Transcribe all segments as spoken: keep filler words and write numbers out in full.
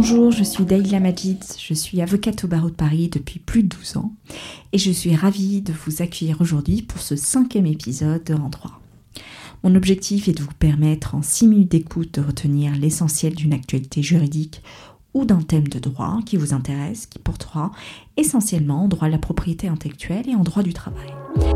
Bonjour, je suis Daïla Majid, je suis avocate au barreau de Paris depuis plus de douze ans et je suis ravie de vous accueillir aujourd'hui pour ce cinquième épisode de En droit. Mon objectif est de vous permettre en six minutes d'écoute de retenir l'essentiel d'une actualité juridique ou d'un thème de droit qui vous intéresse, qui portera essentiellement en droit de la propriété intellectuelle et en droit du travail.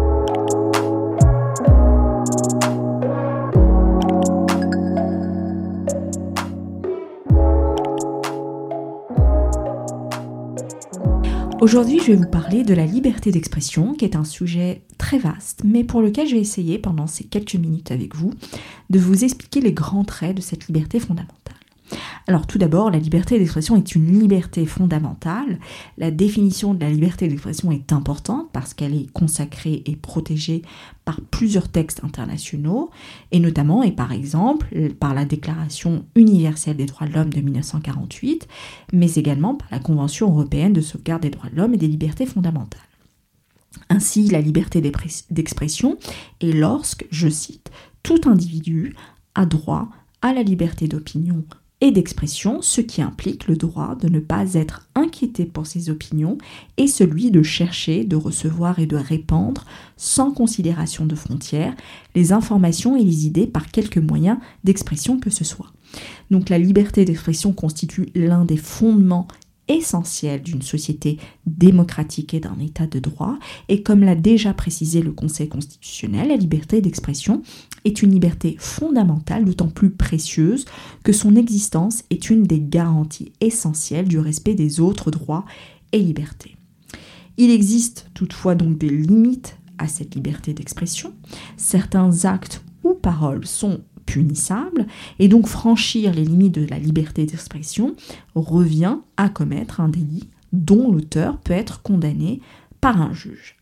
Aujourd'hui, je vais vous parler de la liberté d'expression, qui est un sujet très vaste, mais pour lequel je vais essayer, pendant ces quelques minutes avec vous, de vous expliquer les grands traits de cette liberté fondamentale. Alors tout d'abord, la liberté d'expression est une liberté fondamentale. La définition de la liberté d'expression est importante parce qu'elle est consacrée et protégée par plusieurs textes internationaux, et notamment, et par exemple, par la Déclaration universelle des droits de l'homme de dix-neuf cent quarante-huit, mais également par la Convention européenne de sauvegarde des droits de l'homme et des libertés fondamentales. Ainsi, la liberté d'expression est lorsque, je cite, « tout individu a droit à la liberté d'opinion et d'expression, ce qui implique le droit de ne pas être inquiété pour ses opinions et celui de chercher, de recevoir et de répandre, sans considération de frontières, les informations et les idées par quelque moyen d'expression que ce soit. » Donc la liberté d'expression constitue l'un des fondements essentiel d'une société démocratique et d'un état de droit, et comme l'a déjà précisé le Conseil constitutionnel, la liberté d'expression est une liberté fondamentale, d'autant plus précieuse que son existence est une des garanties essentielles du respect des autres droits et libertés. Il existe toutefois donc des limites à cette liberté d'expression. Certains actes ou paroles sont punissable, et donc franchir les limites de la liberté d'expression revient à commettre un délit dont l'auteur peut être condamné par un juge.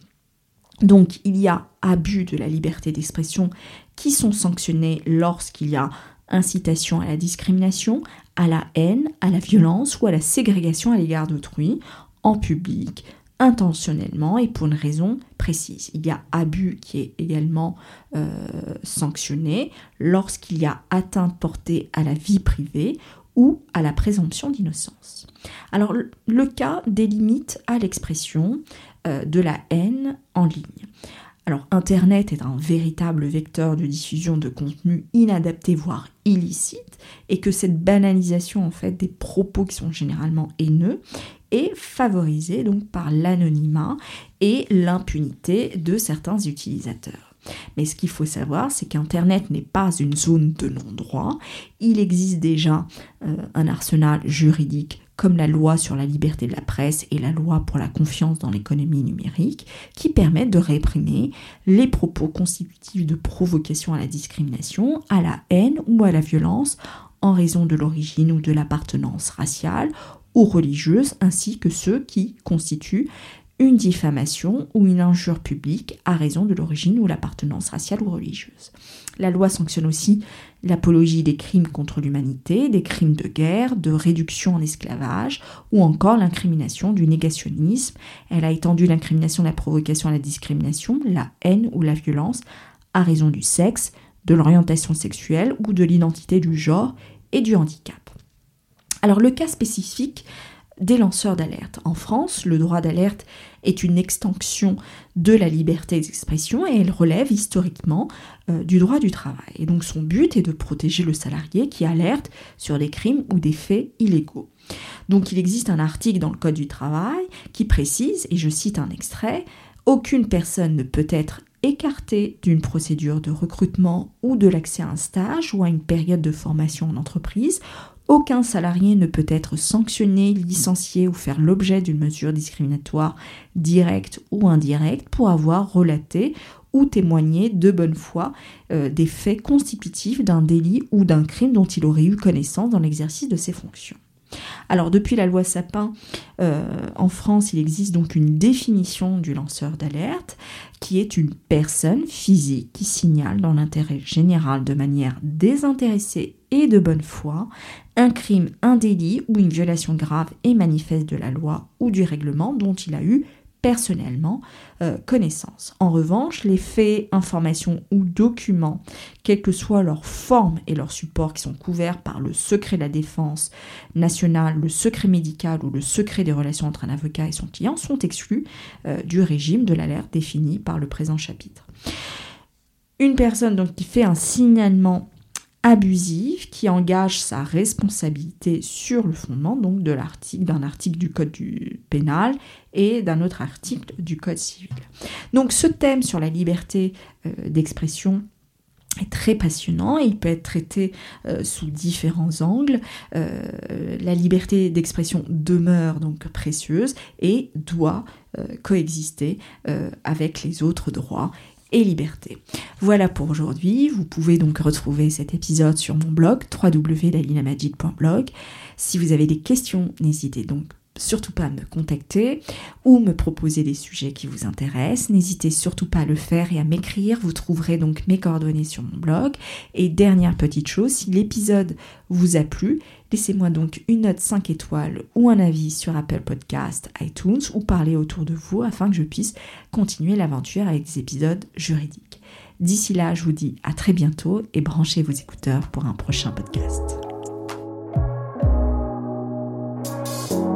Donc il y a abus de la liberté d'expression qui sont sanctionnés lorsqu'il y a incitation à la discrimination, à la haine, à la violence ou à la ségrégation à l'égard d'autrui, en public, intentionnellement et pour une raison précise. Il y a abus qui est également euh, sanctionné lorsqu'il y a atteinte portée à la vie privée ou à la présomption d'innocence. Alors le, le cas des limites à l'expression euh, de la haine en ligne. Alors Internet est un véritable vecteur de diffusion de contenus inadaptés voire illicites et que cette banalisation en fait des propos qui sont généralement haineux est favorisée donc par l'anonymat et l'impunité de certains utilisateurs. Mais ce qu'il faut savoir, c'est qu'Internet n'est pas une zone de non-droit. Il existe déjà euh, un arsenal juridique comme la loi sur la liberté de la presse et la loi pour la confiance dans l'économie numérique, qui permettent de réprimer les propos constitutifs de provocation à la discrimination, à la haine ou à la violence en raison de l'origine ou de l'appartenance raciale ou religieuse, ainsi que ceux qui constituent une diffamation ou une injure publique à raison de l'origine ou l'appartenance raciale ou religieuse. La loi sanctionne aussi l'apologie des crimes contre l'humanité, des crimes de guerre, de réduction en esclavage ou encore l'incrimination du négationnisme. Elle a étendu l'incrimination de la provocation à la discrimination, la haine ou la violence à raison du sexe, de l'orientation sexuelle ou de l'identité du genre et du handicap. Alors le cas spécifique des lanceurs d'alerte. En France, le droit d'alerte est une extension de la liberté d'expression et elle relève historiquement euh, du droit du travail. Et donc son but est de protéger le salarié qui alerte sur des crimes ou des faits illégaux. Donc il existe un article dans le Code du travail qui précise, et je cite un extrait, « Aucune personne ne peut être écartée d'une procédure de recrutement ou de l'accès à un stage ou à une période de formation en entreprise. Aucun salarié ne peut être sanctionné, licencié ou faire l'objet d'une mesure discriminatoire directe ou indirecte pour avoir relaté ou témoigné de bonne foi euh, des faits constitutifs d'un délit ou d'un crime dont il aurait eu connaissance dans l'exercice de ses fonctions. » Alors depuis la loi Sapin, euh, en France, il existe donc une définition du lanceur d'alerte qui est une personne physique qui signale dans l'intérêt général de manière désintéressée et de bonne foi un crime, un délit ou une violation grave et manifeste de la loi ou du règlement dont il a eu personnellement euh, connaissance. En revanche, les faits, informations ou documents, quelle que soit leur forme et leur support, qui sont couverts par le secret de la défense nationale, le secret médical ou le secret des relations entre un avocat et son client, sont exclus euh, du régime de l'alerte défini par le présent chapitre. Une personne donc qui fait un signalement abusif, qui engage sa responsabilité sur le fondement donc de l'article, d'un article du Code du pénal et d'un autre article du Code civil. Donc ce thème sur la liberté euh, d'expression est très passionnant et il peut être traité euh, sous différents angles. Euh, la liberté d'expression demeure donc précieuse et doit euh, coexister euh, avec les autres droits et liberté. Voilà pour aujourd'hui. Vous pouvez donc retrouver cet épisode sur mon blog w w w point dalila majid point blog. Si vous avez des questions, n'hésitez donc surtout pas à me contacter ou me proposer des sujets qui vous intéressent. N'hésitez surtout pas à le faire et à m'écrire. Vous trouverez donc mes coordonnées sur mon blog. Et dernière petite chose, si l'épisode vous a plu, laissez-moi donc une note cinq étoiles ou un avis sur Apple Podcast, iTunes ou parlez autour de vous afin que je puisse continuer l'aventure avec des épisodes juridiques. D'ici là, je vous dis à très bientôt et branchez vos écouteurs pour un prochain podcast.